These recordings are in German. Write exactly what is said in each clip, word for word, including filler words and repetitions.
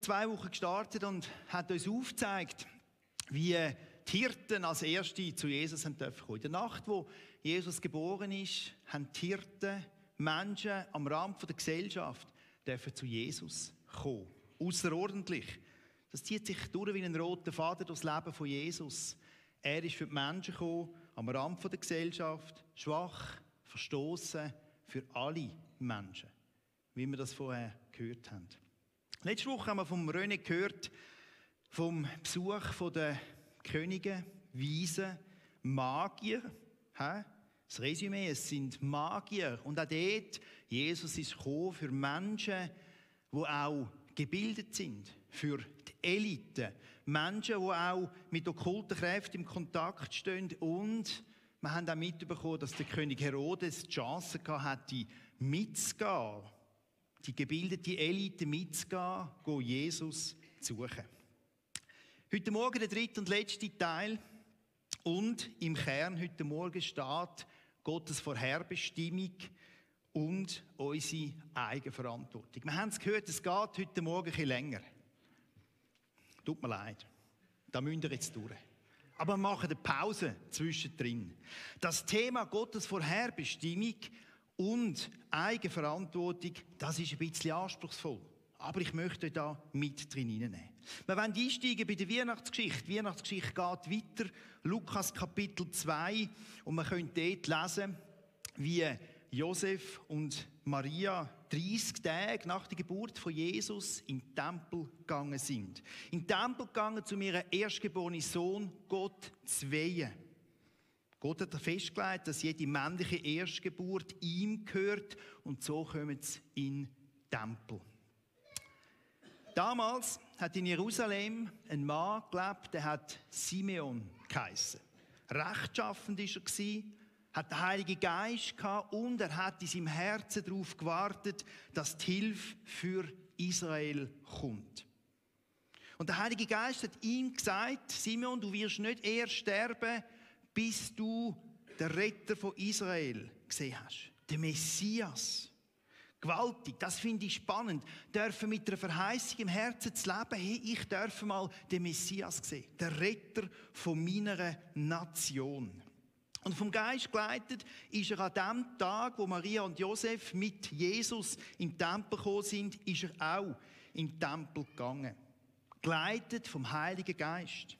zwei Wochen gestartet und hat uns aufgezeigt, wie die Hirten als Erste zu Jesus kommen dürfen. In der Nacht, wo Jesus geboren ist, haben die Hirten, Menschen am Rand der Gesellschaft, dürfen zu Jesus kommen. Außerordentlich. Das zieht sich durch wie ein roter Faden durchs Leben von Jesus. Er ist für die Menschen gekommen, am Rand der Gesellschaft, schwach, verstoßen, für alle Menschen, wie wir das vorher gehört haben. Letzte Woche haben wir vom René gehört, vom Besuch der Könige, Weisen, Magier. Das Resümee, es sind Magier. Und auch dort, Jesus ist gekommen für Menschen, die auch gebildet sind, für die Elite. Menschen, die auch mit okkulten Kräften im Kontakt stehen. Und wir haben auch mitbekommen, dass der König Herodes die Chance hatte, mitzugehen, die gebildete Elite mitzugehen, go Jesus zu suchen. Heute Morgen der dritte und letzte Teil. Und im Kern heute Morgen steht Gottes Vorherbestimmung und unsere Eigenverantwortung. Wir haben es gehört, es geht heute Morgen ein bisschen länger. Tut mir leid, da müsst ihr jetzt durch. Aber wir machen eine Pause zwischendrin. Das Thema Gottes Vorherbestimmung und Eigenverantwortung, das ist ein bisschen anspruchsvoll. Aber ich möchte da mit drin hineinnehmen. Wir wollen einsteigen bei der Weihnachtsgeschichte. Die Weihnachtsgeschichte geht weiter. Lukas Kapitel zwei. Und wir können dort lesen, wie Josef und Maria dreißig Tage nach der Geburt von Jesus in den Tempel gegangen sind. In den Tempel gegangen, um ihren erstgeborenen Sohn Gott zu weihen. Gott hat festgelegt, dass jede männliche Erstgeburt ihm gehört. Und so kommen sie in den Tempel. Damals hat in Jerusalem ein Mann gelebt, der hat Simeon geheissen. Rechtschaffend war er, hat den Heiligen Geist gehabt und er hat in seinem Herzen darauf gewartet, dass die Hilfe für Israel kommt. Und der Heilige Geist hat ihm gesagt, Simeon, du wirst nicht erst sterben, bis du den Retter von Israel gesehen hast. Den Messias. Gewaltig, das finde ich spannend. Dürfen mit einer Verheißung im Herzen zu leben, hey, ich darf mal den Messias sehen, den Retter von meiner Nation. Und vom Geist geleitet ist er an dem Tag, wo Maria und Josef mit Jesus in den Tempel gekommen sind, ist er auch in den Tempel gegangen. Geleitet vom Heiligen Geist.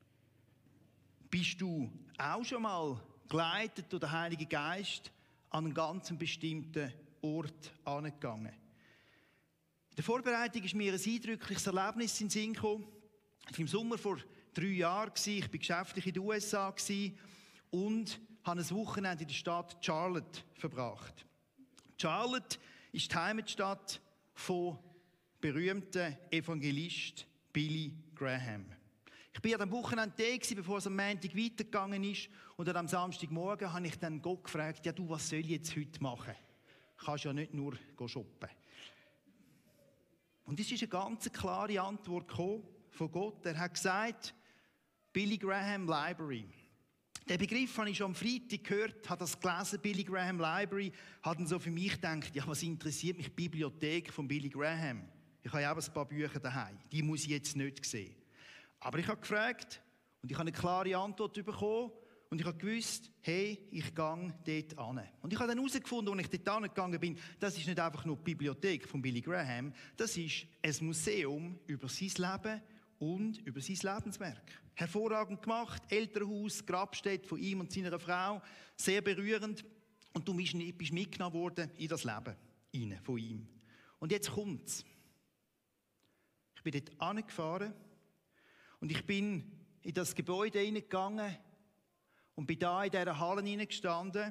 Bist du auch schon mal geleitet durch den Heiligen Geist an einen ganz bestimmten Ort angegangen? In der Vorbereitung ist mir ein eindrückliches Erlebnis in den Sinn gekommen. Ich war im Sommer vor drei Jahren, ich war geschäftlich in den U S A und habe ein Wochenende in der Stadt Charlotte verbracht. Charlotte ist die Heimatstadt von berühmten Evangelist Billy Graham. Ich war an diesem Wochenende da, bevor es am Montag weitergegangen ist. Und am Samstagmorgen habe ich dann Gott gefragt, ja du, was soll ich jetzt heute machen? Du kannst ja nicht nur shoppen. Und es ist eine ganz klare Antwort von Gott. Er hat gesagt, Billy Graham Library. Den Begriff habe ich schon am Freitag gehört, habe das gelesen, Billy Graham Library, habe dann so für mich gedacht, ja, was interessiert mich die Bibliothek von Billy Graham? Ich habe ja auch ein paar Bücher daheim, die muss ich jetzt nicht sehen. Aber ich habe gefragt und ich habe eine klare Antwort bekommen und ich habe gewusst, hey, ich gehe dort hin. Und ich habe dann herausgefunden, als ich dort hingegangen bin, das ist nicht einfach nur die Bibliothek von Billy Graham, das ist ein Museum über sein Leben und über sein Lebenswerk. Hervorragend gemacht, Elternhaus, Grabstätte von ihm und seiner Frau, sehr berührend. Und du bist mitgenommen worden in das Leben rein, von ihm. Und jetzt kommt's. Ich bin dort hingefahren und ich bin in das Gebäude hineingegangen und bin da in dieser Halle hineingestanden.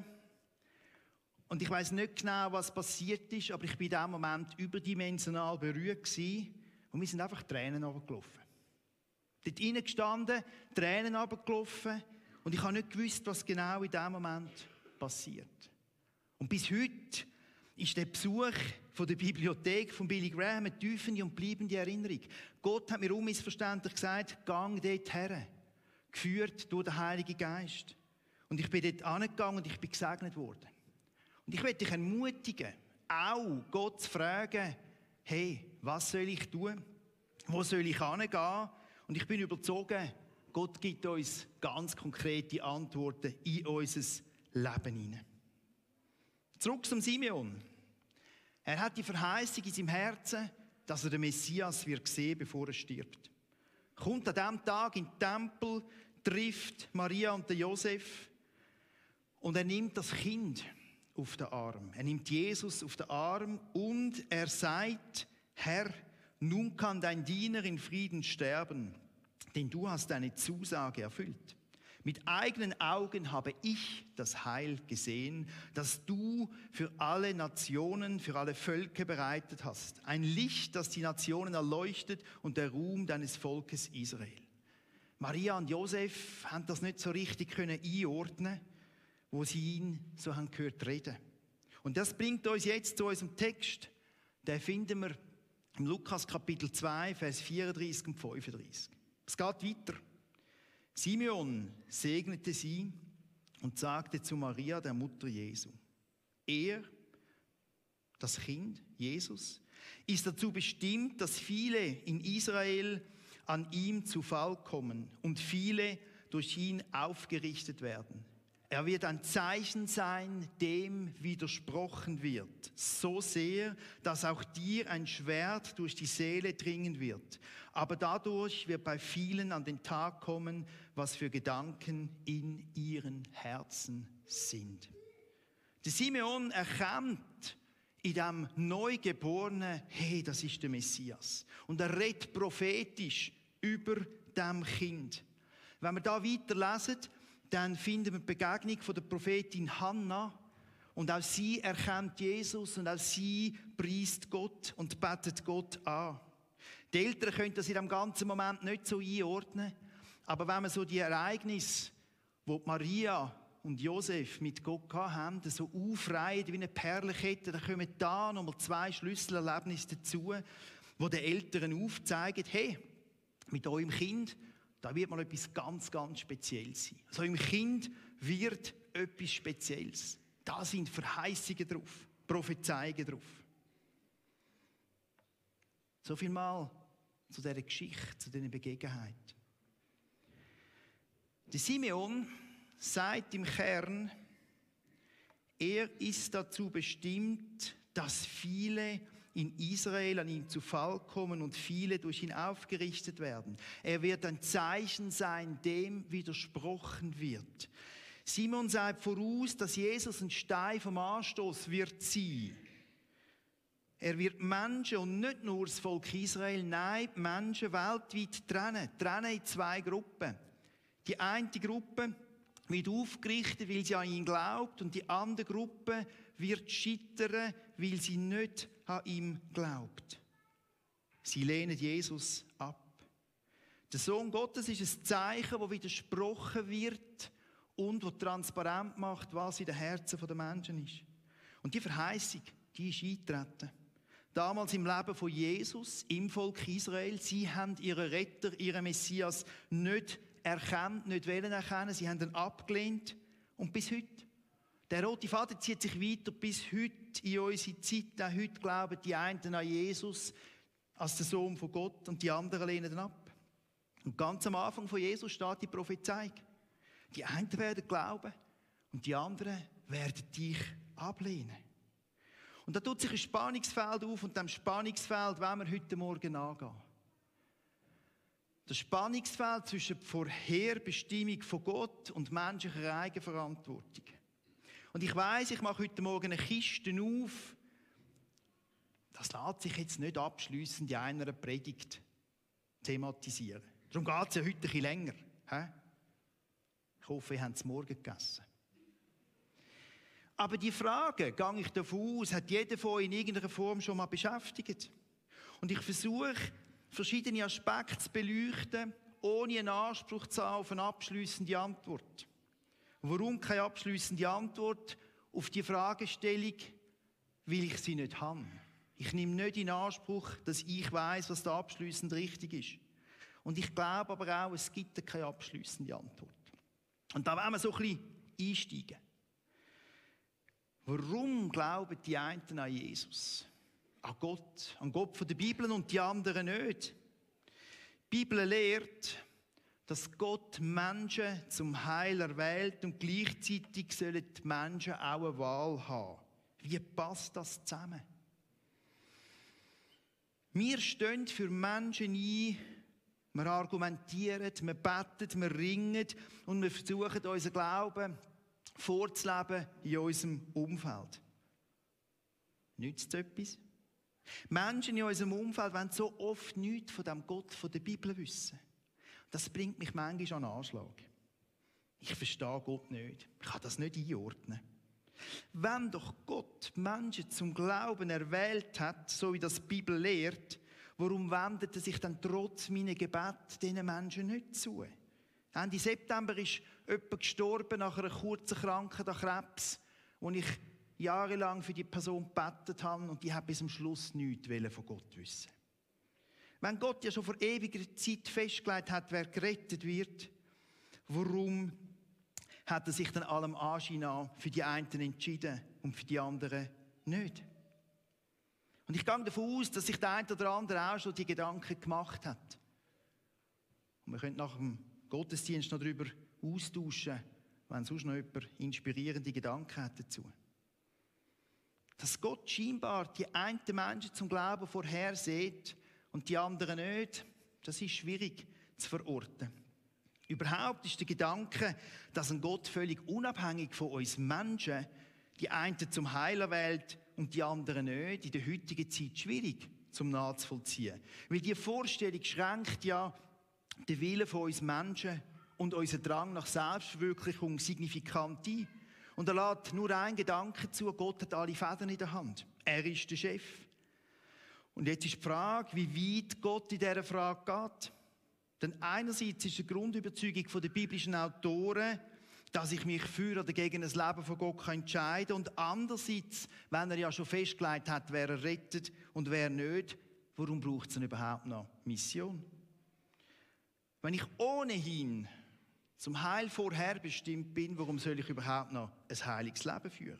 Und ich weiss nicht genau, was passiert ist, aber ich bin in diesem Moment überdimensional berührt gewesen und mir sind einfach Tränen runtergelaufen. Dort hineingestanden, Tränen runtergelaufen und ich habe nicht gewusst, was genau in diesem Moment passiert. Und bis heute ist der Besuch von der Bibliothek von Billy Graham eine tiefende und bleibende Erinnerung. Gott hat mir unmissverständlich gesagt, gang dort her, geführt durch den Heiligen Geist. Und ich bin dort angegangen und ich bin gesegnet worden. Und ich möchte dich ermutigen, auch Gott zu fragen, hey, was soll ich tun? Wo soll ich hingehen? Und ich bin überzeugt, Gott gibt uns ganz konkrete Antworten in unser Leben hinein. Zurück zum Simeon. Er hat die Verheißung in seinem Herzen, dass er den Messias wird sehen, bevor er stirbt. Kommt an diesem Tag in den Tempel, trifft Maria und den Josef und er nimmt das Kind auf den Arm. Er nimmt Jesus auf den Arm und er sagt, Herr, nun kann dein Diener in Frieden sterben, denn du hast deine Zusage erfüllt. Mit eigenen Augen habe ich das Heil gesehen, das du für alle Nationen, für alle Völker bereitet hast. Ein Licht, das die Nationen erleuchtet und der Ruhm deines Volkes Israel. Maria und Josef haben das nicht so richtig können einordnen, wo sie ihn so haben gehört reden. Und das bringt uns jetzt zu unserem Text. Den finden wir im Lukas Kapitel zwei, Vers vierunddreißig und fünfunddreißig. Es geht weiter. Simeon segnete sie und sagte zu Maria, der Mutter Jesu, er, das Kind, Jesus, ist dazu bestimmt, dass viele in Israel an ihm zu Fall kommen und viele durch ihn aufgerichtet werden. Er wird ein Zeichen sein, dem widersprochen wird, so sehr, dass auch dir ein Schwert durch die Seele dringen wird. Aber dadurch wird bei vielen an den Tag kommen, was für Gedanken in ihren Herzen sind. Der Simeon erkennt in dem Neugeborenen, hey, das ist der Messias. Und er redet prophetisch über dem Kind. Wenn wir da weiterlesen, dann finden wir die Begegnung von der Prophetin Hannah. Und auch sie erkennt Jesus und auch sie preist Gott und betet Gott an. Die Eltern können das in diesem ganzen Moment nicht so einordnen. Aber wenn man so die Ereignisse, die Maria und Josef mit Gott haben, so aufreihen wie eine Perlenkette, dann kommen da nochmal zwei Schlüsselerlebnisse dazu, wo den Eltern aufzeigen, hey, mit eurem Kind, da wird mal etwas ganz, ganz Spezielles sein. Also im Kind wird etwas Spezielles. Da sind Verheißungen drauf, Prophezeiungen drauf. So viel mal zu dieser Geschichte, zu dieser Begebenheit. Der Simeon sagt im Kern, er ist dazu bestimmt, dass viele in Israel an ihm zu Fall kommen und viele durch ihn aufgerichtet werden. Er wird ein Zeichen sein, dem widersprochen wird. Simon sagt voraus, dass Jesus ein Stein vom Anstoß wird sein. Er wird Menschen und nicht nur das Volk Israel, nein, Menschen weltweit trennen. Trennen in zwei Gruppen. Die eine Gruppe wird aufgerichtet, weil sie an ihn glaubt, und die andere Gruppe wird scheitern, weil sie nicht an ihm glaubt. Sie lehnen Jesus ab. Der Sohn Gottes ist ein Zeichen, das widersprochen wird und das transparent macht, was in den Herzen der Menschen ist. Und die Verheißung, die ist eingetreten. Damals im Leben von Jesus, im Volk Israel, sie haben ihren Retter, ihren Messias nicht erkannt, nicht wollen erkennen, sie haben ihn abgelehnt. Und bis heute. Der rote Faden zieht sich weiter bis heute in unsere Zeit. Auch heute glauben die einen an Jesus als den Sohn von Gott und die anderen lehnen ihn ab. Und ganz am Anfang von Jesus steht die Prophezeiung. Die einen werden glauben und die anderen werden dich ablehnen. Und da tut sich ein Spannungsfeld auf und dem Spannungsfeld wollen wir heute Morgen angehen. Das Spannungsfeld zwischen der Vorherbestimmung von Gott und menschlicher Eigenverantwortung. Und ich weiss, ich mache heute Morgen eine Kiste auf. Das lässt sich jetzt nicht abschliessend in einer Predigt thematisieren. Darum geht es ja heute ein bisschen länger. Ich hoffe, ihr habt es morgen gegessen. Aber die Frage, gehe ich davon aus, hat jeder von euch in irgendeiner Form schon mal beschäftigt. Und ich versuche, verschiedene Aspekte zu beleuchten, ohne einen Anspruch zu haben auf eine abschliessende Antwort. Warum keine abschliessende Antwort auf die Fragestellung? Weil ich sie nicht habe. Ich nehme nicht in Anspruch, dass ich weiss, was da abschliessend richtig ist. Und ich glaube aber auch, es gibt keine abschliessende Antwort. Und da wollen wir so ein bisschen einsteigen. Warum glauben die einen an Jesus? An Gott, an Gott von der Bibel und die anderen nicht? Die Bibel lehrt, dass Gott Menschen zum Heil erwählt und gleichzeitig sollen die Menschen auch eine Wahl haben. Wie passt das zusammen? Wir stehen für Menschen ein, wir argumentieren, wir beten, wir ringen und wir versuchen, unseren Glauben vorzuleben in unserem Umfeld. Nützt es etwas? Menschen in unserem Umfeld wollen so oft nichts von dem Gott von der Bibel wissen. Das bringt mich manchmal an den Anschlag. Ich verstehe Gott nicht. Ich kann das nicht einordnen. Wenn doch Gott Menschen zum Glauben erwählt hat, so wie das die Bibel lehrt, warum wendet er sich dann trotz meiner Gebete diesen Menschen nicht zu? Ende September ist jemand gestorben nach einer kurzen Krankheit an Krebs, wo ich jahrelang für die Person gebetet habe und die hat bis zum Schluss nichts von Gott wissen. Wenn Gott ja schon vor ewiger Zeit festgelegt hat, wer gerettet wird, warum hat er sich dann allem Anschein nach für die einen entschieden und für die anderen nicht? Und ich gehe davon aus, dass sich der eine oder andere auch schon die Gedanken gemacht hat. Und wir können nach dem Gottesdienst noch darüber austauschen, wenn sonst noch jemand inspirierende Gedanken hat dazu. Dass Gott scheinbar die einen Menschen zum Glauben vorhersieht und die anderen nicht, das ist schwierig zu verorten. Überhaupt ist der Gedanke, dass ein Gott völlig unabhängig von uns Menschen die einen zum Heil erwählt und die anderen nicht, in der heutigen Zeit schwierig zum nachzuvollziehen. Weil die Vorstellung schränkt ja den Willen von uns Menschen und unseren Drang nach Selbstverwirklichung signifikant ein. Und er lässt nur einen Gedanken zu, Gott hat alle Fäden in der Hand. Er ist der Chef. Und jetzt ist die Frage, wie weit Gott in dieser Frage geht. Denn einerseits ist die Grundüberzeugung der biblischen Autoren, dass ich mich für oder gegen das Leben von Gott entscheiden kann. Und andererseits, wenn er ja schon festgelegt hat, wer er rettet und wer nicht, warum braucht es denn überhaupt noch Mission? Wenn ich ohnehin zum Heil vorherbestimmt bin, warum soll ich überhaupt noch ein heiliges Leben führen?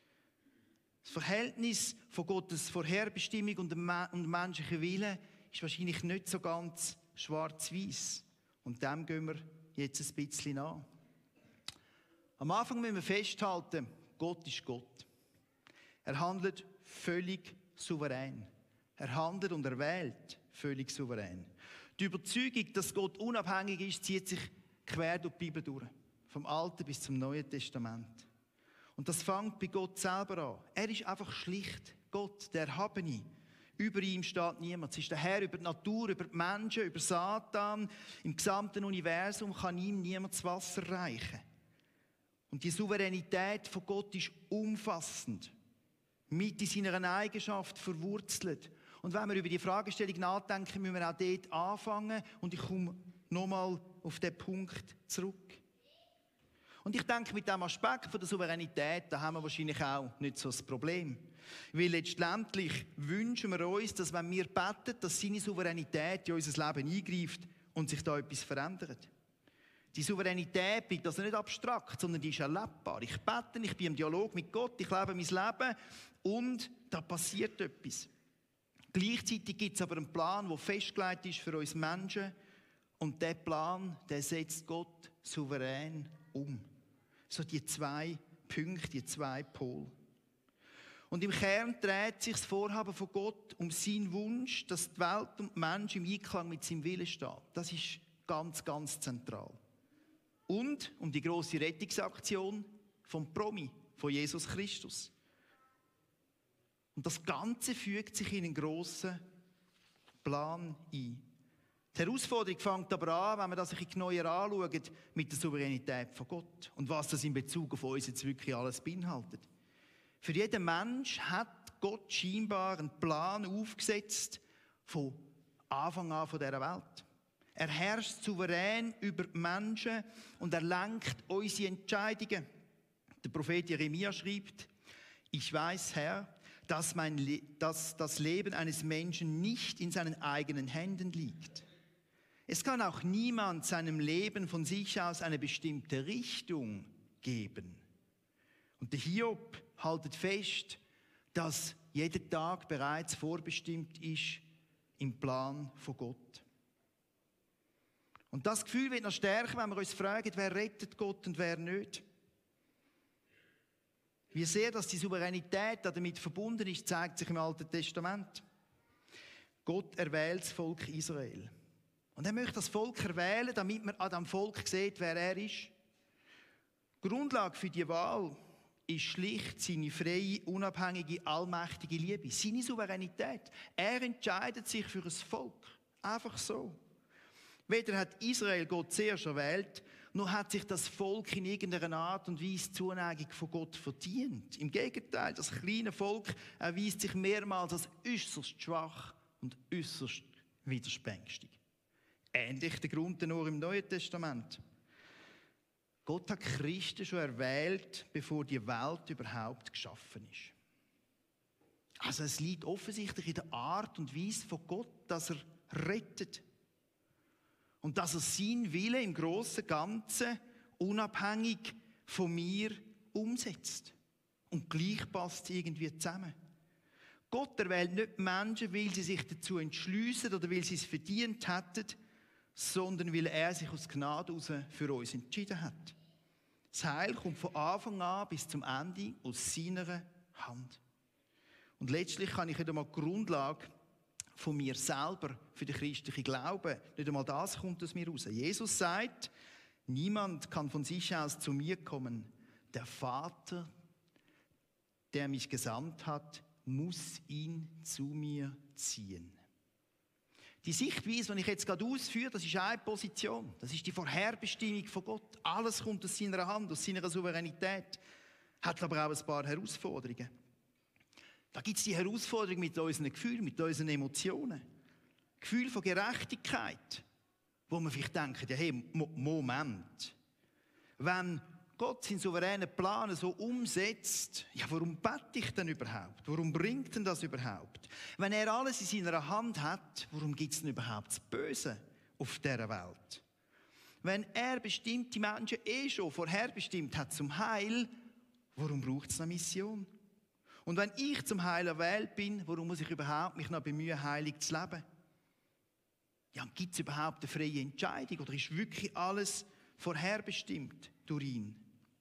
Das Verhältnis von Gottes Vorherbestimmung und dem menschlichen Willen ist wahrscheinlich nicht so ganz schwarz-weiß. Und dem gehen wir jetzt ein bisschen nach. Am Anfang müssen wir festhalten, Gott ist Gott. Er handelt völlig souverän. Er handelt und er wählt völlig souverän. Die Überzeugung, dass Gott unabhängig ist, zieht sich quer durch die Bibel durch. Vom Alten bis zum Neuen Testament. Und das fängt bei Gott selber an. Er ist einfach schlicht Gott, der Erhabene. Über ihm steht niemand. Es ist der Herr über die Natur, über die Menschen, über Satan. Im gesamten Universum kann ihm niemand das Wasser reichen. Und die Souveränität von Gott ist umfassend. Mit in seiner Eigenschaft verwurzelt. Und wenn wir über die Fragestellung nachdenken, müssen wir auch dort anfangen. Und ich komme nochmal auf den Punkt zurück. Und ich denke, mit diesem Aspekt von der Souveränität, da haben wir wahrscheinlich auch nicht so das Problem. Weil letztendlich wünschen wir uns, dass wenn wir beten, dass seine Souveränität in unser Leben eingreift und sich da etwas verändert. Die Souveränität bleibt also nicht abstrakt, sondern die ist erlebbar. Ich bete, ich bin im Dialog mit Gott, ich lebe mein Leben und da passiert etwas. Gleichzeitig gibt es aber einen Plan, der festgelegt ist für uns Menschen. Und dieser Plan, der setzt Gott souverän um. So die zwei Punkte, die zwei Pole. Und im Kern dreht sich das Vorhaben von Gott um seinen Wunsch, dass die Welt und die Menschen im Einklang mit seinem Willen stehen. Das ist ganz, ganz zentral. Und um die grosse Rettungsaktion vom Promi, von Jesus Christus. Und das Ganze fügt sich in einen grossen Plan ein. Die Herausforderung fängt aber an, wenn wir das ein bisschen genauer anschauen, mit der Souveränität von Gott und was das in Bezug auf uns jetzt wirklich alles beinhaltet. Für jeden Mensch hat Gott scheinbar einen Plan aufgesetzt von Anfang an von dieser Welt. Er herrscht souverän über die Menschen und er lenkt unsere Entscheidungen. Der Prophet Jeremia schreibt, ich weiß, Herr, dass, mein Le- dass das Leben eines Menschen nicht in seinen eigenen Händen liegt. Es kann auch niemand seinem Leben von sich aus eine bestimmte Richtung geben. Und der Hiob haltet fest, dass jeder Tag bereits vorbestimmt ist im Plan von Gott. Und das Gefühl wird noch stärker, wenn wir uns fragen, wer rettet Gott und wer nicht. Wie sehr, dass die Souveränität damit verbunden ist, zeigt sich im Alten Testament. Gott erwählt das Volk Israel. Und er möchte das Volk erwählen, damit man an diesem Volk sieht, wer er ist. Die Grundlage für die Wahl ist schlicht seine freie, unabhängige, allmächtige Liebe, seine Souveränität. Er entscheidet sich für ein Volk. Einfach so. Weder hat Israel Gott zuerst erwählt, noch hat sich das Volk in irgendeiner Art und Weise Zuneigung von Gott verdient. Im Gegenteil, das kleine Volk erweist sich mehrmals als äußerst schwach und äußerst widerspänstig. Ähnlich der Grund nur im Neuen Testament. Gott hat Christen schon erwählt, bevor die Welt überhaupt geschaffen ist. Also es liegt offensichtlich in der Art und Weise von Gott, dass er rettet. Und dass er seinen Willen im grossen Ganzen unabhängig von mir umsetzt. Und gleich passt es irgendwie zusammen. Gott erwählt nicht Menschen, weil sie sich dazu entschliessen oder weil sie es verdient hätten, sondern weil er sich aus Gnade heraus für uns entschieden hat. Das Heil kommt von Anfang an bis zum Ende aus seiner Hand. Und letztlich kann ich nicht einmal die Grundlage von mir selber für den christlichen Glauben, nicht einmal das kommt aus mir raus. Jesus sagt, niemand kann von sich aus zu mir kommen. Der Vater, der mich gesandt hat, muss ihn zu mir ziehen. Die Sichtweise, die ich jetzt gerade ausführe, das ist eine Position. Das ist die Vorherbestimmung von Gott. Alles kommt aus seiner Hand, aus seiner Souveränität. Hat aber auch ein paar Herausforderungen. Da gibt es die Herausforderung mit unseren Gefühlen, mit unseren Emotionen. Gefühl von Gerechtigkeit, wo man vielleicht denkt, ja, hey, Moment. Wenn Gott seinen souveränen Plan so umsetzt, ja, warum bete ich denn überhaupt? Warum bringt denn das überhaupt? Wenn er alles in seiner Hand hat, warum gibt es denn überhaupt das Böse auf dieser Welt? Wenn er bestimmte Menschen eh schon vorherbestimmt hat zum Heil, warum braucht es eine Mission? Und wenn ich zum Heil erwählt bin, warum muss ich überhaupt mich noch bemühen, heilig zu leben? Ja, gibt es überhaupt eine freie Entscheidung oder ist wirklich alles vorherbestimmt durch ihn?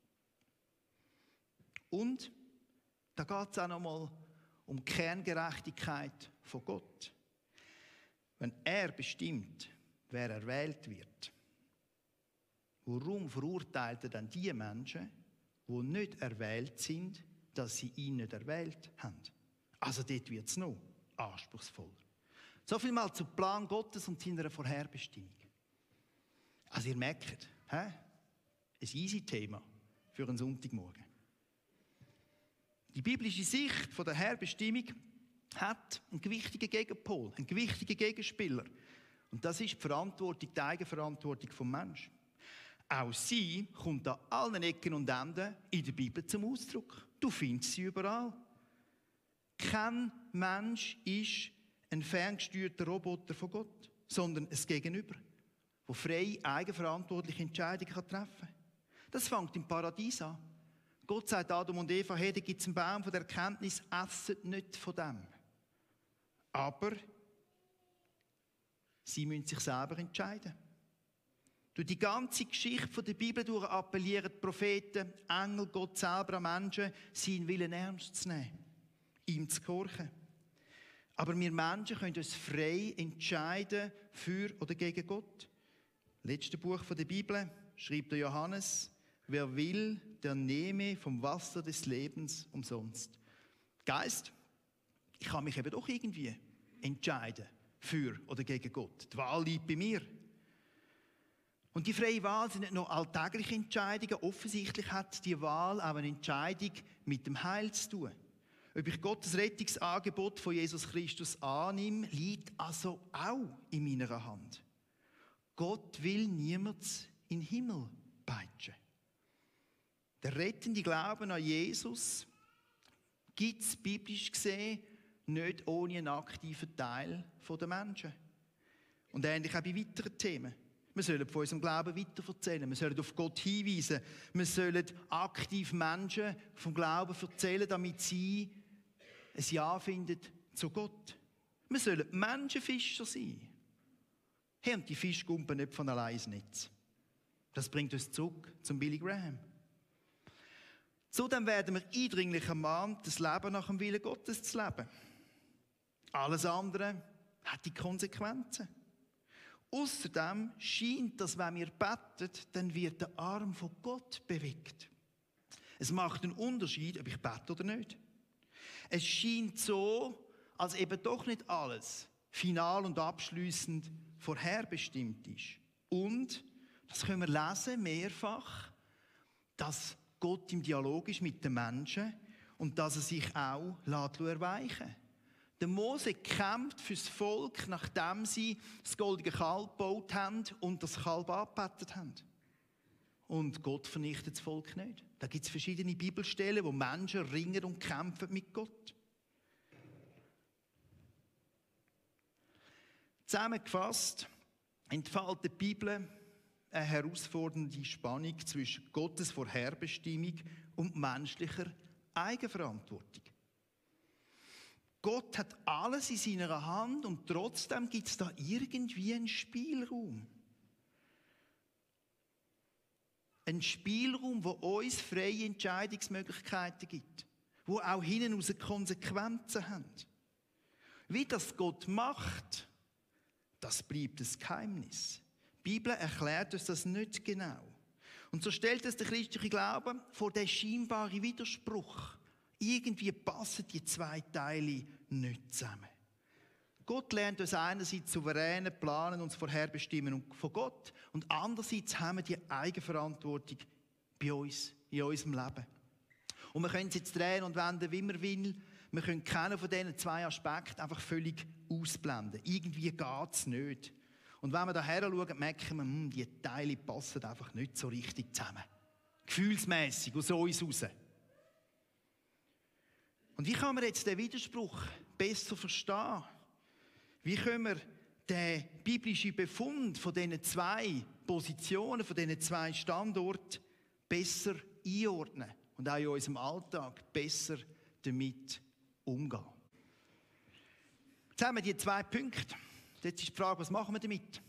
Und da geht es auch nochmal um die Kerngerechtigkeit von Gott. Wenn er bestimmt, wer erwählt wird, warum verurteilt er dann die Menschen, die nicht erwählt sind, dass sie ihn nicht erwählt haben? Also dort wird es noch anspruchsvoller. So viel mal zum Plan Gottes und seiner Vorherbestimmung. Also ihr merkt, hä? Ein easy Thema für einen Sonntagmorgen. Die biblische Sicht von der Herbestimmung hat einen gewichtigen Gegenpol, einen gewichtigen Gegenspieler. Und das ist die Verantwortung, die Eigenverantwortung des Menschen. Auch sie kommt an allen Ecken und Enden in der Bibel zum Ausdruck. Du findest sie überall. Kein Mensch ist ein ferngesteuerter Roboter von Gott, sondern ein Gegenüber, der freie, eigenverantwortliche Entscheidungen treffen kann. Das fängt im Paradies an. Gott sagt Adam und Eva, hey, da gibt es einen Baum von der Erkenntnis, esset nicht von dem. Aber sie müssen sich selber entscheiden. Durch die ganze Geschichte der Bibel durch appellieren die Propheten, Engel, Gott selber an Menschen, seinen Willen ernst zu nehmen, ihm zu gehorchen. Aber wir Menschen können uns frei entscheiden für oder gegen Gott. Letztes Buch der Bibel schreibt der Johannes, wer will, der nehme vom Wasser des Lebens umsonst. Geist, ich kann mich eben doch irgendwie entscheiden für oder gegen Gott. Die Wahl liegt bei mir. Und die freie Wahl sind nicht nur alltägliche Entscheidungen. Offensichtlich hat die Wahl auch eine Entscheidung mit dem Heil zu tun. Ob ich Gottes Rettungsangebot von Jesus Christus annehme, liegt also auch in meiner Hand. Gott will niemand in den Himmel peitschen. Der rettende Glauben an Jesus gibt es biblisch gesehen nicht ohne einen aktiven Teil der Menschen. Und ähnlich auch bei weiteren Themen. Wir sollen von unserem Glauben weiterverzählen. Wir sollen auf Gott hinweisen. Wir sollen aktiv Menschen vom Glauben erzählen, damit sie ein Ja finden zu Gott. Wir sollen Menschenfischer sein. Hey, und die Fische kumpen nicht von allein ins Netz. Das bringt uns zurück zum Billy Graham. Zudem werden wir eindringlich ermahnt, das Leben nach dem Willen Gottes zu leben. Alles andere hat die Konsequenzen. Außerdem scheint, dass wenn wir beten, dann wird der Arm von Gott bewegt. Es macht einen Unterschied, ob ich bete oder nicht. Es scheint so, als eben doch nicht alles final und abschliessend vorherbestimmt ist. Und, das können wir lesen, mehrfach, dass Gott im Dialog ist mit den Menschen und dass er sich auch erweichen lässt. Der Mose kämpft fürs Volk, nachdem sie das goldige Kalb gebaut haben und das Kalb angebetet haben. Und Gott vernichtet das Volk nicht. Da gibt es verschiedene Bibelstellen, wo Menschen ringen und kämpfen mit Gott. Zusammengefasst entfaltet die Bibel eine herausfordernde Spannung zwischen Gottes Vorherbestimmung und menschlicher Eigenverantwortung. Gott hat alles in seiner Hand und trotzdem gibt es da irgendwie einen Spielraum. Ein Spielraum, der uns freie Entscheidungsmöglichkeiten gibt, wo auch hinten raus Konsequenzen haben. Wie das Gott macht, das bleibt ein Geheimnis. Die Bibel erklärt uns das nicht genau. Und so stellt es der christliche Glaube vor den scheinbaren Widerspruch. Irgendwie passen die zwei Teile nicht zusammen. Gott lernt uns einerseits souveräne Planen und das Vorherbestimmen von Gott und andererseits haben wir die Eigenverantwortung bei uns, in unserem Leben. Und wir können es jetzt drehen und wenden, wie wir wollen. Wir können keinen von diesen zwei Aspekten einfach völlig ausblenden. Irgendwie geht es nicht. Und wenn wir da her schauen, merken wir, hm, die Teile passen einfach nicht so richtig zusammen. Gefühlsmässig aus uns raus. Und wie kann man jetzt den Widerspruch besser verstehen? Wie können wir den biblischen Befund von diesen zwei Positionen, von diesen zwei Standorten besser einordnen und auch in unserem Alltag besser damit umgehen? Jetzt haben wir die zwei Punkte. Jetzt ist die Frage, was machen wir damit?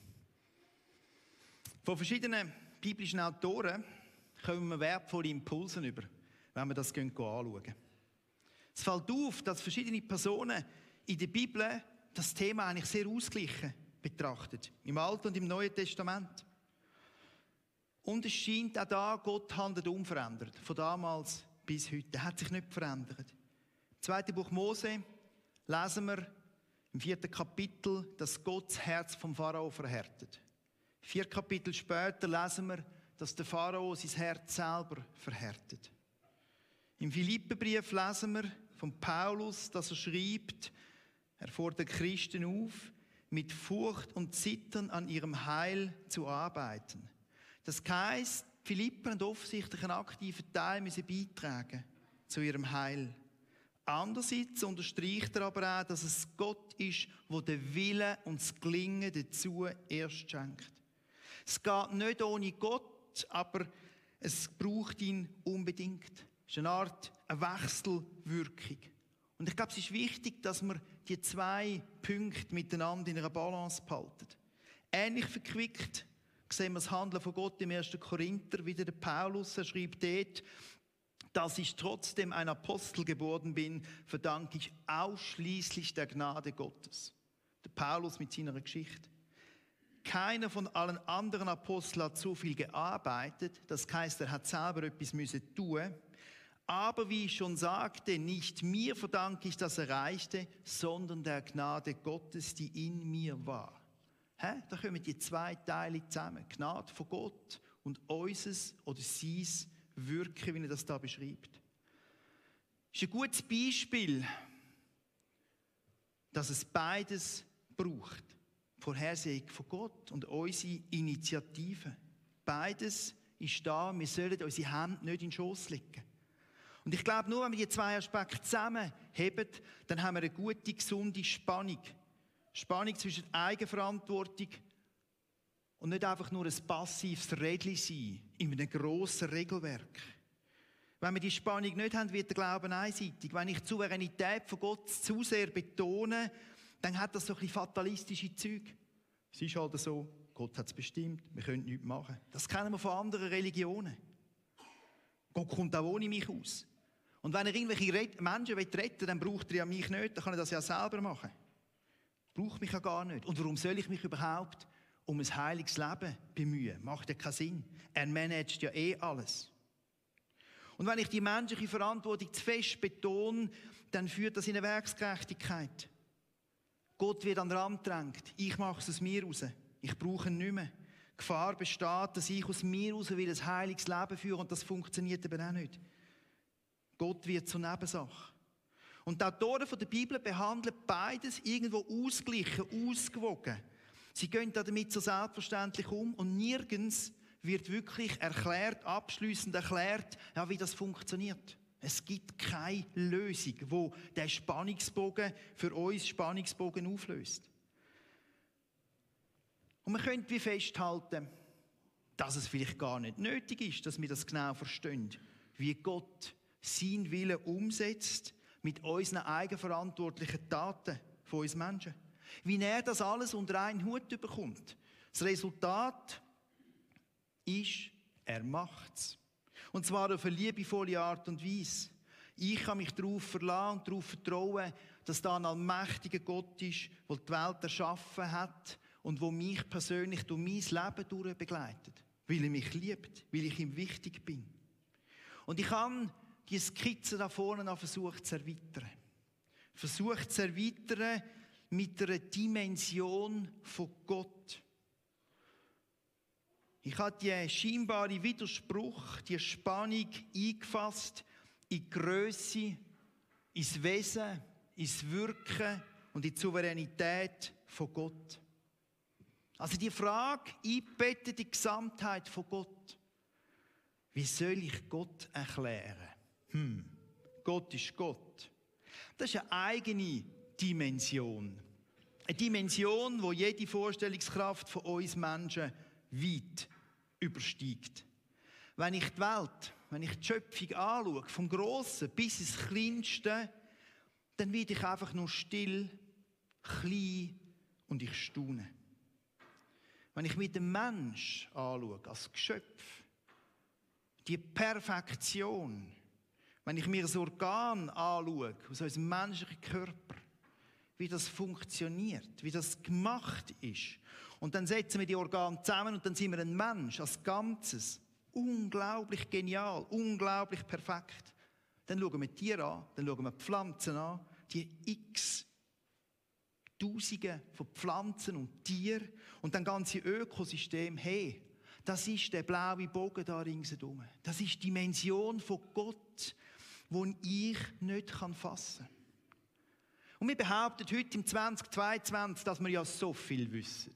Von verschiedenen biblischen Autoren kommen wir wertvolle Impulse über, wenn wir das anschauen. Es fällt auf, dass verschiedene Personen in der Bibel das Thema eigentlich sehr ausgeglichen betrachtet. Im Alten und im Neuen Testament. Und es scheint auch da, Gott handelt unverändert. Von damals bis heute. Er hat sich nicht verändert. Im zweiten Buch Mose lesen wir im vierten Kapitel, dass Gott das Herz vom Pharao verhärtet. Vier Kapitel später lesen wir, dass der Pharao sein Herz selber verhärtet. Im Philipperbrief lesen wir von Paulus, dass er schreibt, er fordert Christen auf, mit Furcht und Zittern an ihrem Heil zu arbeiten. Das heisst, die Philipper haben offensichtlich einen aktiven Teil müssen beitragen zu ihrem Heil. Andererseits unterstreicht er aber auch, dass es Gott ist, der den Willen und das Gelingen dazu erst schenkt. Es geht nicht ohne Gott, aber es braucht ihn unbedingt. Es ist eine Art eine Wechselwirkung. Und ich glaube, es ist wichtig, dass wir die zwei Punkte miteinander in einer Balance behalten. Ähnlich verquickt sehen wir das Handeln von Gott im ersten Korinther, wie der Paulus, er schreibt dort, dass ich trotzdem ein Apostel geworden bin, verdanke ich ausschließlich der Gnade Gottes. Der Paulus mit seiner Geschichte. Keiner von allen anderen Aposteln hat so viel gearbeitet, das heisst, er hat selber etwas müssen tun. Aber wie ich schon sagte, nicht mir verdanke ich das Erreichte, sondern der Gnade Gottes, die in mir war. Hä? Da kommen die zwei Teile zusammen. Gnade von Gott und unseres oder sein Wirken, wie er das da beschreibt. Das ist ein gutes Beispiel, dass es beides braucht. Die Vorhersehung von Gott und unsere Initiative. Beides ist da, wir sollen unsere Hände nicht in den Schoss legen. Und ich glaube, nur wenn wir die zwei Aspekte zusammenheben, dann haben wir eine gute, gesunde Spannung. Spannung zwischen Eigenverantwortung und nicht einfach nur ein passives Rädchen sein in einem grossen Regelwerk. Wenn wir die Spannung nicht haben, wird der Glaube einseitig. Wenn ich die Souveränität von Gott zu sehr betone, dann hat das so ein bisschen fatalistische Züge. Es ist halt so, Gott hat es bestimmt, wir können nichts machen. Das kennen wir von anderen Religionen. Gott kommt auch ohne mich aus. Und wenn er irgendwelche Menschen retten will, dann braucht er ja mich nicht, dann kann er das ja selber machen. Braucht mich ja gar nicht. Und warum soll ich mich überhaupt um ein heiliges Leben bemühen? Macht ja keinen Sinn. Er managt ja eh alles. Und wenn ich die menschliche Verantwortung zu fest betone, dann führt das in eine Werksgerechtigkeit. Gott wird an den Rand gedrängt. Ich mache es aus mir raus. Ich brauche ihn nicht mehr. Die Gefahr besteht, dass ich aus mir raus will ein heiliges Leben führen und das funktioniert eben auch nicht. Gott wird zur Nebensache. Und die Autoren der Bibel behandeln beides irgendwo ausgeglichen, ausgewogen. Sie gehen damit so selbstverständlich um und nirgends wird wirklich erklärt, abschliessend erklärt, ja, wie das funktioniert. Es gibt keine Lösung, wo der Spannungsbogen für uns Spannungsbogen auflöst. Und man könnte wie festhalten, dass es vielleicht gar nicht nötig ist, dass wir das genau verstehen, wie Gott seinen Willen umsetzt mit unseren eigenverantwortlichen Taten von uns Menschen. Wie er das alles unter einen Hut bekommt. Das Resultat ist, er macht es. Und zwar auf eine liebevolle Art und Weise. Ich kann mich darauf verlassen und darauf vertrauen, dass da ein allmächtiger Gott ist, der die Welt erschaffen hat und der mich persönlich durch mein Leben durch begleitet. Weil er mich liebt, weil ich ihm wichtig bin. Und ich habe die Skizze da vorne noch versucht zu erweitern. Versucht zu erweitern mit einer Dimension von Gott. Ich habe die scheinbare Widerspruch, die Spannung eingefasst in die Grösse, ins Wesen, ins Wirken und in die Souveränität von Gott. Also die Frage einbettet in die Gesamtheit von Gott. Wie soll ich Gott erklären? Hm, Gott ist Gott. Das ist eine eigene Dimension. Eine Dimension, die jede Vorstellungskraft von uns Menschen weit übersteigt. Wenn ich die Welt, wenn ich die Schöpfung anschaue, vom Grossen bis ins Kleinste, dann werde ich einfach nur still, klein und ich staune. Wenn ich mit dem Mensch anschaue, als Geschöpf, die Perfektion, wenn ich mir das Organ anschaue, aus unserem menschlichen Körper, wie das funktioniert, wie das gemacht ist, und dann setzen wir die Organe zusammen und dann sind wir ein Mensch als Ganzes. Unglaublich genial, unglaublich perfekt. Dann schauen wir Tiere an, dann schauen wir Pflanzen an, die x Tausende von Pflanzen und Tieren und dann ganze Ökosystem. Hey, das ist der blaue Bogen da ringsherum. Das ist die Dimension von Gott, die ich nicht fassen kann. Und wir behaupten heute im zwanzig zweiundzwanzig, dass wir ja so viel wissen.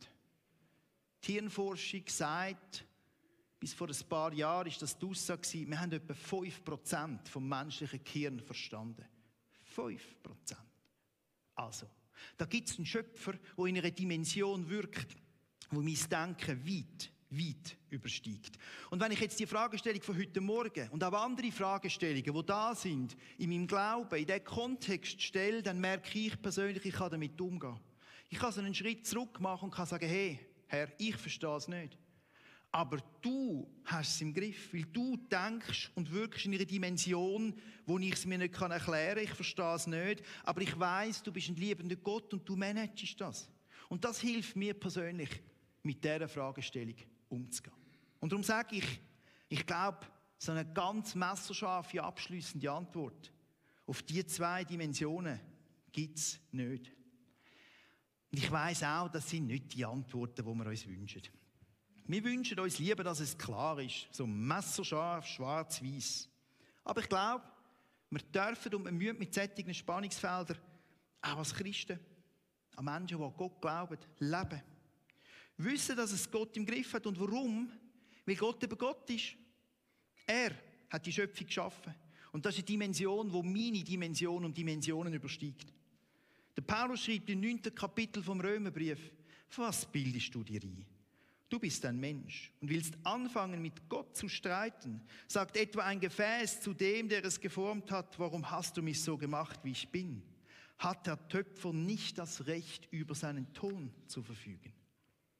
Die Hirnforschung sagt, bis vor ein paar Jahren war das die Aussage, wir haben etwa fünf Prozent vom menschlichen Gehirn verstanden. fünf Prozent. Also, da gibt es einen Schöpfer, der in einer Dimension wirkt, wo mein Denken weit, weit übersteigt. Und wenn ich jetzt die Fragestellung von heute Morgen und auch andere Fragestellungen, die da sind, in meinem Glauben, in diesen Kontext stelle, dann merke ich persönlich, ich kann damit umgehen. Ich kann so einen Schritt zurück machen und kann sagen, hey, Herr, ich verstehe es nicht. Aber du hast es im Griff, weil du denkst und wirkst in einer Dimension, wo ich es mir nicht erklären kann. Ich verstehe es nicht, aber ich weiss, du bist ein liebender Gott und du managst das. Und das hilft mir persönlich, mit dieser Fragestellung umzugehen. Und darum sage ich, ich glaube, so eine ganz messerscharfe, abschliessende Antwort auf diese zwei Dimensionen gibt es nicht. Und ich weiss auch, das sind nicht die Antworten, die wir uns wünschen. Wir wünschen uns lieber, dass es klar ist, so messerscharf, schwarz-weiß. Aber ich glaube, wir dürfen und wir müssen mit solchen Spannungsfeldern auch als Christen, an Menschen, die an Gott glauben, leben. Wissen, dass es Gott im Griff hat. Und warum? Weil Gott eben Gott ist. Er hat die Schöpfung geschaffen. Und das ist eine Dimension, die meine Dimension und Dimensionen übersteigt. Der Paulus schreibt im neunten Kapitel vom Römerbrief, was bildest du dir ein? Du bist ein Mensch und willst anfangen, mit Gott zu streiten. Sagt etwa ein Gefäß zu dem, der es geformt hat, warum hast du mich so gemacht, wie ich bin? Hat der Töpfer nicht das Recht, über seinen Ton zu verfügen?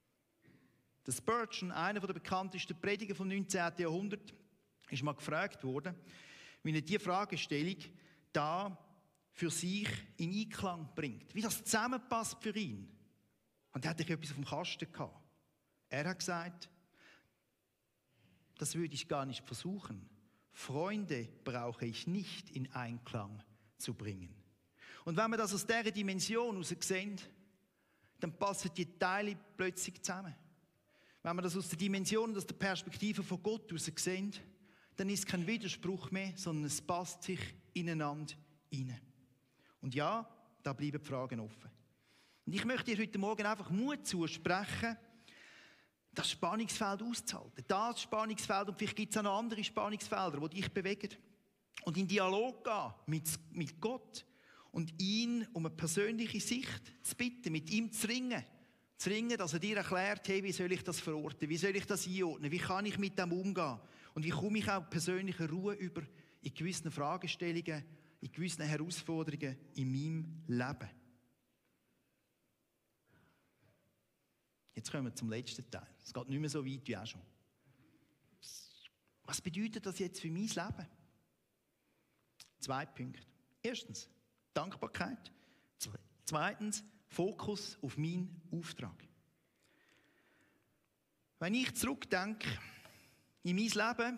Der Spurgeon, einer der bekanntesten Prediger vom neunzehnten Jahrhundert, ist mal gefragt worden, wie er diese Fragestellung da für sich in Einklang bringt. Wie das zusammenpasst für ihn. Und er hatte etwas auf dem Kasten gehabt. Er hat gesagt, das würde ich gar nicht versuchen. Freunde brauche ich nicht in Einklang zu bringen. Und wenn wir das aus dieser Dimension heraus sehen, dann passen die Teile plötzlich zusammen. Wenn wir das aus der Dimension und aus der Perspektive von Gott heraus sehen, dann ist es kein Widerspruch mehr, sondern es passt sich ineinander hinein. Und ja, da bleiben die Fragen offen. Und ich möchte dir heute Morgen einfach Mut zusprechen, das Spannungsfeld auszuhalten. Das Spannungsfeld, und vielleicht gibt es auch noch andere Spannungsfelder, die dich bewegen. Und in Dialog gehen mit, mit Gott und ihn um eine persönliche Sicht zu bitten, mit ihm zu ringen. Zu ringen, dass er dir erklärt, hey, wie soll ich das verorten, wie soll ich das einordnen, wie kann ich mit dem umgehen und wie komme ich auch persönliche Ruhe über in gewissen Fragestellungen, in gewissen Herausforderungen in meinem Leben. Jetzt kommen wir zum letzten Teil. Es geht nicht mehr so weit wie auch schon. Was bedeutet das jetzt für mein Leben? Zwei Punkte. Erstens, Dankbarkeit. Zweitens, Fokus auf meinen Auftrag. Wenn ich zurückdenke in mein Leben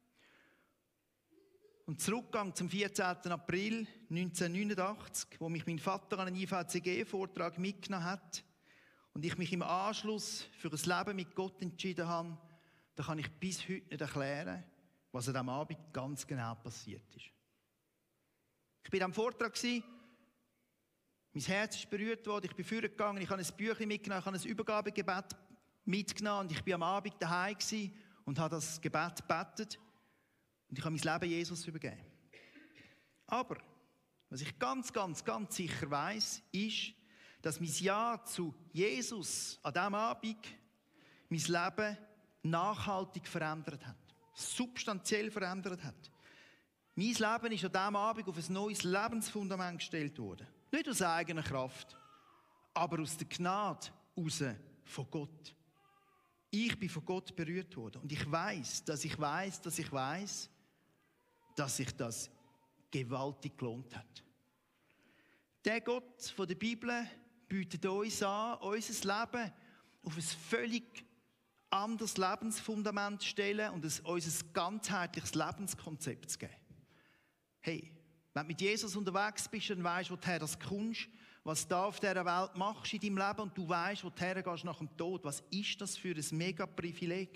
und zurückgehe zum vierzehnten April neunzehnhundertneunundachtzig, wo mich mein Vater an einen I V C G-Vortrag mitgenommen hat und ich mich im Anschluss für ein Leben mit Gott entschieden habe, dann kann ich bis heute nicht erklären, was an diesem Abend ganz genau passiert ist. Ich war am Vortrag, mein Herz ist berührt worden, ich bin vorgegangen, ich habe ein Büchlein mitgenommen, ich habe ein Übergabegebet mitgenommen und ich war am Abend daheim und habe das Gebet gebetet und ich habe mein Leben Jesus übergeben. Aber, was ich ganz, ganz, ganz sicher weiss, ist, dass mein Ja zu Jesus an diesem Abend mein Leben nachhaltig verändert hat, substanziell verändert hat. Mein Leben ist an diesem Abend auf ein neues Lebensfundament gestellt worden. Nicht aus eigener Kraft, aber aus der Gnade raus von Gott. Ich bin von Gott berührt worden. Und ich weiß, dass ich weiß, dass ich weiß, dass sich das gewaltig gelohnt hat. Der Gott von der Bibel bietet uns an, unser Leben auf ein völlig anderes Lebensfundament zu stellen und uns ein ganzheitliches Lebenskonzept zu geben. Hey, wenn du mit Jesus unterwegs bist, dann weisst du, woher das kommst, was du auf dieser Welt machst in deinem Leben und du weisst, woher gehst nach dem Tod. Was ist das für ein mega Privileg?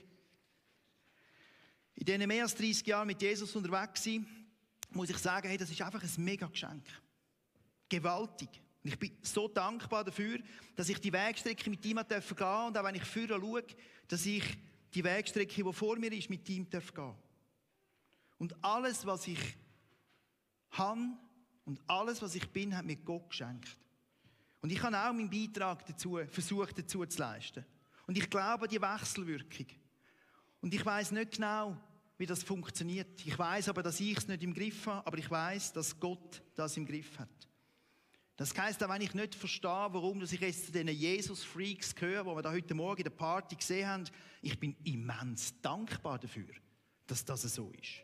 In diesen mehr als dreissig Jahren mit Jesus unterwegs sein, muss ich sagen, hey, das ist einfach ein mega Geschenk. Gewaltig. Und ich bin so dankbar dafür, dass ich die Wegstrecke mit ihm gehen darf und auch wenn ich vorher schaue, dass ich die Wegstrecke, die vor mir ist, mit ihm darf gehen. Und alles, was ich habe und alles, was ich bin, hat mir Gott geschenkt. Und ich habe auch meinen Beitrag dazu versucht, dazu zu leisten. Und ich glaube an die Wechselwirkung. Und ich weiß nicht genau, wie das funktioniert. Ich weiß aber, dass ich es nicht im Griff habe, aber ich weiß, dass Gott das im Griff hat. Das heisst, auch wenn ich nicht verstehe, warum ich jetzt zu diesen Jesus-Freaks gehöre, die wir da heute Morgen in der Party gesehen haben, ich bin immens dankbar dafür, dass das so ist.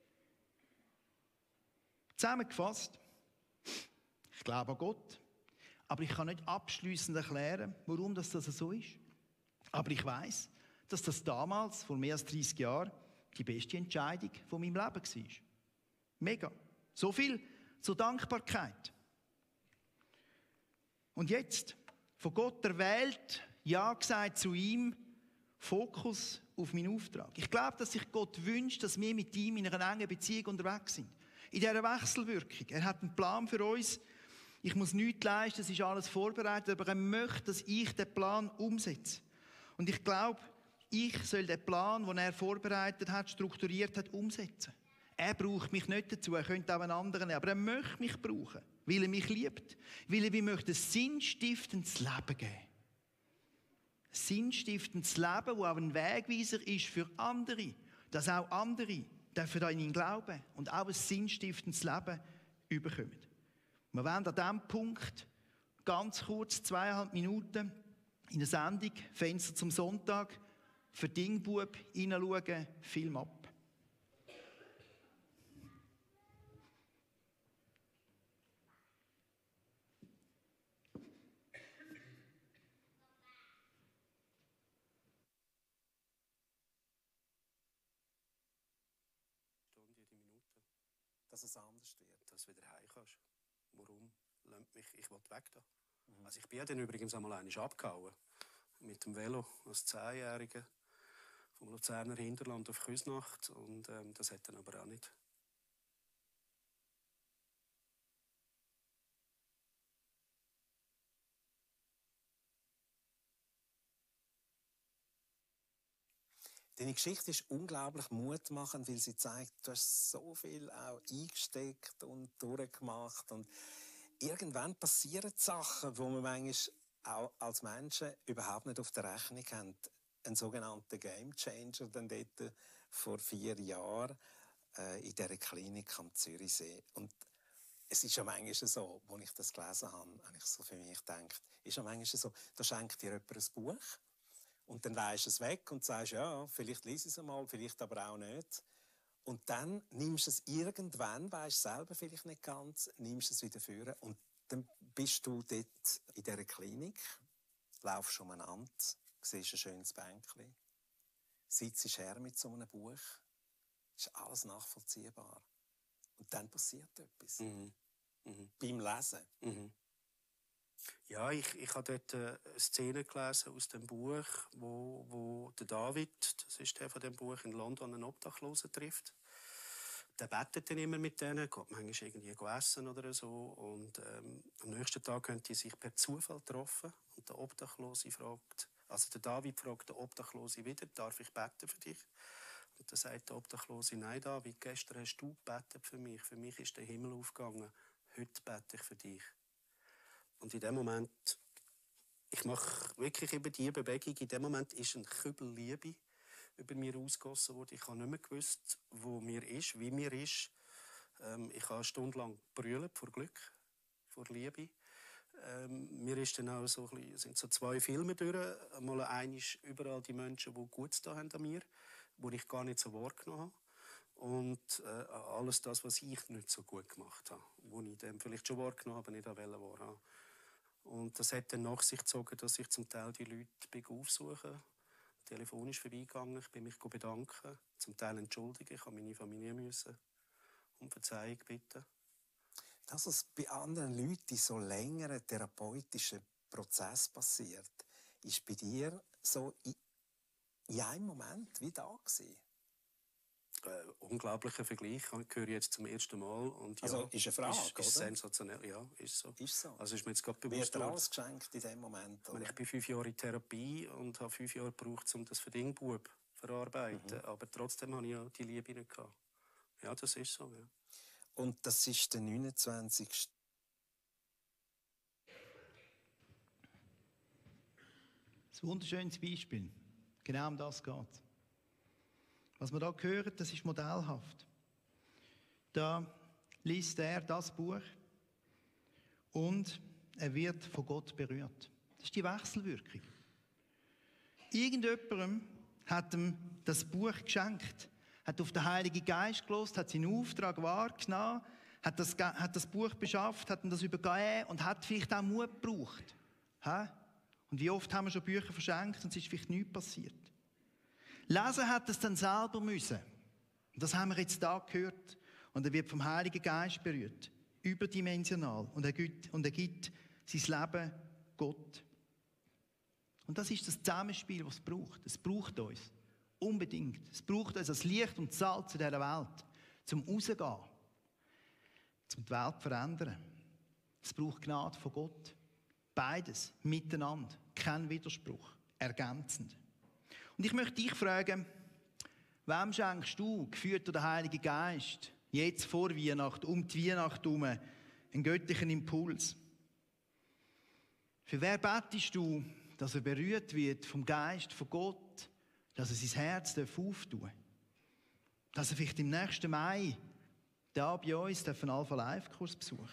Zusammengefasst, ich glaube an Gott, aber ich kann nicht abschliessend erklären, warum das, das so ist. Aber ich weiß, dass das damals, vor mehr als dreissig Jahren, die beste Entscheidung von meinem Leben war. Mega. So viel zur Dankbarkeit. Und jetzt, von Gott erwählt, Ja gesagt zu ihm, Fokus auf meinen Auftrag. Ich glaube, dass sich Gott wünscht, dass wir mit ihm in einer engen Beziehung unterwegs sind. In dieser Wechselwirkung. Er hat einen Plan für uns. Ich muss nichts leisten, es ist alles vorbereitet, aber er möchte, dass ich den Plan umsetze. Und ich glaube, ich soll den Plan, den er vorbereitet hat, strukturiert hat, umsetzen. Er braucht mich nicht dazu, er könnte auch einen anderen, aber er möchte mich brauchen, weil er mich liebt, weil er mir möchte ein sinnstiftendes Leben geben. Ein sinnstiftendes Leben, das auch ein Wegweiser ist für andere, dass auch andere dürfen an ihn glauben und auch ein sinnstiftendes Leben überkommen. Wir wollen an diesem Punkt ganz kurz, zweieinhalb Minuten, in der Sendung Fenster zum Sonntag für Dingbub hineinschauen, Film ab. Dass es anders wird, dass du wieder heim kannst. Warum lässt mich, ich will weg da. Mhm. Also ich bin ja dann übrigens einmal einmal abgehauen. Mit dem Velo als Zehnjähriger vom Luzerner Hinterland auf Küsnacht. Und ähm, das hat dann aber auch nicht. Deine Geschichte ist unglaublich mutmachend, weil sie zeigt, du hast so viel auch eingesteckt und durchgemacht. Und irgendwann passieren Sachen, die man manchmal auch als Menschen überhaupt nicht auf der Rechnung haben. Ein sogenannter Gamechanger, dann dort vor vier Jahren äh, in dieser Klinik am Zürichsee. Und es ist ja manchmal so, als ich das gelesen habe, habe ich so für mich gedacht, ist ja manchmal so, da schenkt dir jemand ein Buch. Und dann leihst du es weg und sagst, ja, vielleicht lies es einmal, vielleicht aber auch nicht. Und dann nimmst du es irgendwann, weisst selber vielleicht nicht ganz, nimmst es wieder vor und dann bist du dort in dieser Klinik, laufst umeinander, siehst ein schönes Bänkchen, sitzt her mit so einem Buch, ist alles nachvollziehbar. Und dann passiert etwas. Mhm. Mhm. Beim Lesen. Mhm. Ja, ich, ich habe dort äh, eine Szene gelesen aus dem Buch, wo, wo der David, das ist der von dem Buch, in London einen Obdachlosen trifft. Der betet dann immer mit denen, geht manchmal irgendwie essen oder so. Und ähm, am nächsten Tag können die sich per Zufall treffen. Und der Obdachlose fragt, also der David fragt den Obdachlose wieder, darf ich beten für dich? Und dann sagt der Obdachlose, nein David, gestern hast du gebetet für mich. Für mich ist der Himmel aufgegangen. Heute bete ich für dich. Und in dem Moment, ich mache wirklich eben diese Bewegung, in dem Moment ist ein Kübel Liebe über mir ausgegossen worden. Ich habe nicht mehr gewusst, wo mir ist, wie mir ist. Ähm, ich habe stundenlang brüllt vor Glück, vor Liebe. Ähm, mir ist dann auch so ein bisschen, sind so zwei Filme durch. Einmal einer ist überall die Menschen, die Gutes da haben an mir, die ich gar nicht so wahrgenommen habe. Und äh, alles das, was ich nicht so gut gemacht habe, wo ich dann vielleicht schon wahrgenommen habe, aber nicht wahrhaben wollte. Und das hat dann nach sich gezogen, dass ich zum Teil die Leute aufsuchen, telefonisch vorbeigegangen, ich bin mich bedanken, zum Teil entschuldigen, ich habe meine Familie müssen um Verzeihung bitten. Dass es bei anderen Leuten in so längeren therapeutischen Prozess passiert, ist bei dir so in, in einem Moment wie da gewesen? Äh, unglaublicher Vergleich, ich höre jetzt zum ersten Mal. Und ja, also ist eine Frage, ist, ist sensationell, ja, ist so. Ist so. Also ist mir jetzt gerade bewusst. Wird dir alles geschenkt in dem Moment? Oder? Ich bin fünf Jahre in Therapie und habe fünf Jahre gebraucht, um das für Dingbub zu verarbeiten. Mhm. Aber trotzdem habe ich ja die Liebe nicht gehabt. Ja, das ist so, ja. Und das ist der neunundzwanzigste Ein wunderschönes Beispiel. Genau um das geht es. Was wir hier hören, das ist modellhaft. Da liest er das Buch und er wird von Gott berührt. Das ist die Wechselwirkung. Irgendjemandem hat ihm das Buch geschenkt, hat auf den Heiligen Geist gehört, hat seinen Auftrag wahrgenommen, hat das, hat das Buch beschafft, hat ihm das übergeben und hat vielleicht auch Mut gebraucht. Ha? Und wie oft haben wir schon Bücher verschenkt und es ist vielleicht nichts passiert. Lesen hat es dann selber müssen. Und das haben wir jetzt da gehört. Und er wird vom Heiligen Geist berührt. Überdimensional. Und er gibt, und er gibt sein Leben Gott. Und das ist das Zusammenspiel, das es braucht. Es braucht uns. Unbedingt. Es braucht uns als Licht und Salz in dieser Welt. Zum Rausgehen. Zum die Welt verändern. Es braucht Gnade von Gott. Beides. Miteinander. Kein Widerspruch. Ergänzend. Und ich möchte dich fragen, wem schenkst du, geführt durch den Heiligen Geist, jetzt vor Weihnachten, um die Weihnacht herum, einen göttlichen Impuls? Für wer betest du, dass er berührt wird vom Geist, von Gott, dass er sein Herz auftun darf? Dass er vielleicht im nächsten Mai da bei uns einen Alpha-Life-Kurs besuchen.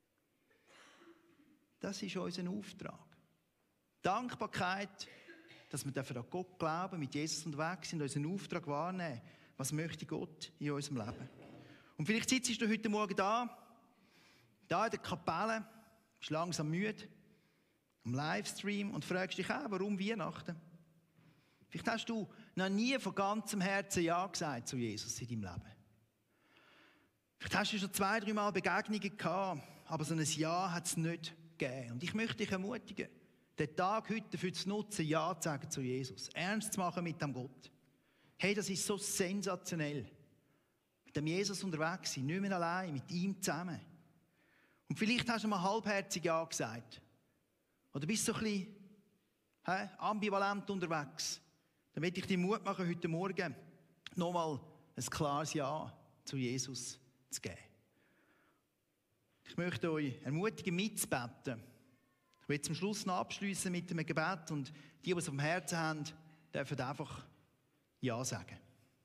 Das ist unser Auftrag. Dankbarkeit, dass wir an Gott glauben, mit Jesus unterwegs sind, unseren Auftrag wahrnehmen. Was möchte Gott in unserem Leben? Und vielleicht sitzt du heute Morgen da, da in der Kapelle, bist langsam müde, am Livestream und fragst dich auch, warum Weihnachten? Vielleicht hast du noch nie von ganzem Herzen Ja gesagt zu Jesus in deinem Leben. Vielleicht hast du schon zwei, drei Mal Begegnungen gehabt, aber so ein Ja hat es nicht gegeben. Und ich möchte dich ermutigen, den Tag heute dafür zu nutzen, Ja zu sagen zu Jesus. Ernst zu machen mit dem Gott. Hey, das ist so sensationell. Mit dem Jesus unterwegs sein, nicht mehr allein, mit ihm zusammen. Und vielleicht hast du mal halbherzig Ja gesagt. Oder bist du so ein bisschen he, ambivalent unterwegs. Dann möchte ich dir Mut machen, heute Morgen nochmal ein klares Ja zu Jesus zu geben. Ich möchte euch ermutigen, mitzubeten. Ich will zum Schluss noch abschliessen mit einem Gebet und die, die es auf dem Herzen haben, dürfen einfach Ja sagen.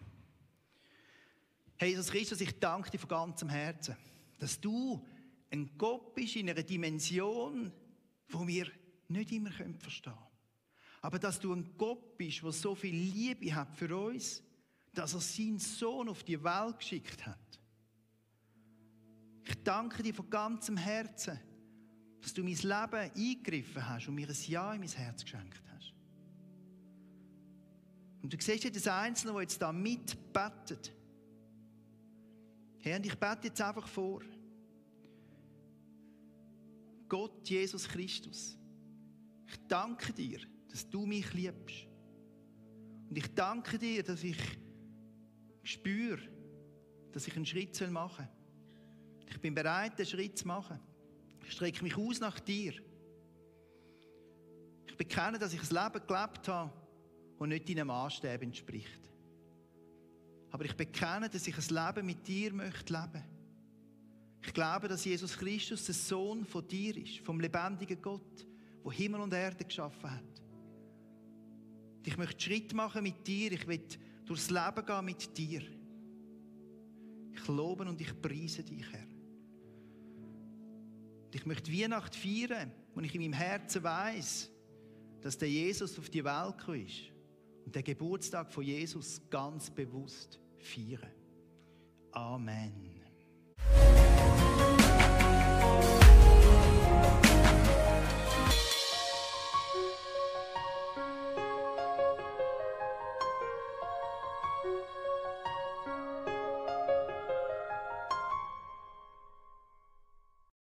Herr Jesus Christus, ich danke dir von ganzem Herzen, dass du ein Gott bist in einer Dimension, die wir nicht immer verstehen können. Aber dass du ein Gott bist, der so viel Liebe hat für uns, dass er seinen Sohn auf die Welt geschickt hat. Ich danke dir von ganzem Herzen, dass du mein Leben eingegriffen hast und mir ein Ja in mein Herz geschenkt hast. Und du siehst jedes Einzelne, der jetzt da mitbetet. Herr, und ich bete jetzt einfach vor. Gott, Jesus Christus, ich danke dir, dass du mich liebst. Und ich danke dir, dass ich spüre, dass ich einen Schritt machen soll. Ich bin bereit, den Schritt zu machen. Ich strecke mich aus nach dir. Ich bekenne, dass ich ein Leben gelebt habe, das nicht deinem Maßstab entspricht. Aber ich bekenne, dass ich ein Leben mit dir möchte leben. Ich glaube, dass Jesus Christus der Sohn von dir ist, vom lebendigen Gott, der Himmel und Erde geschaffen hat. Ich möchte Schritt machen mit dir. Ich will durchs Leben gehen mit dir. Ich lobe und ich preise dich, Herr. Ich möchte Weihnachten feiern, wo ich in meinem Herzen weiss, dass der Jesus auf die Welt gekommen ist und den Geburtstag von Jesus ganz bewusst feiern. Amen.